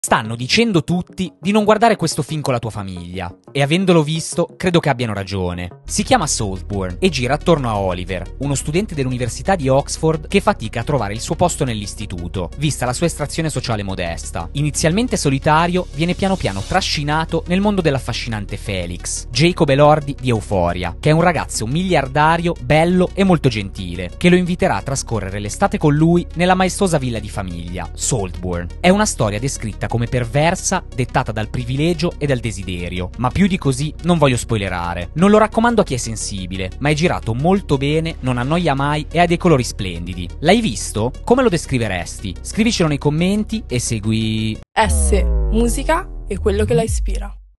Stanno dicendo tutti di non guardare questo film con la tua famiglia, e avendolo visto, credo che abbiano ragione. Si chiama Saltburn e gira attorno a Oliver, uno studente dell'Università di Oxford che fatica a trovare il suo posto nell'istituto, vista la sua estrazione sociale modesta. Inizialmente solitario, viene piano piano trascinato nel mondo dell'affascinante Felix, Jacob Elordi di Euphoria, che è un ragazzo miliardario, bello e molto gentile, che lo inviterà a trascorrere l'estate con lui nella maestosa villa di famiglia, Saltburn. È una storia descritta come perversa, dettata dal privilegio e dal desiderio, ma più di così non voglio spoilerare. Non lo raccomando a chi è sensibile, ma è girato molto bene, non annoia mai e ha dei colori splendidi. L'hai visto? Come lo descriveresti? Scrivicelo nei commenti e segui S. Musica e quello che la ispira.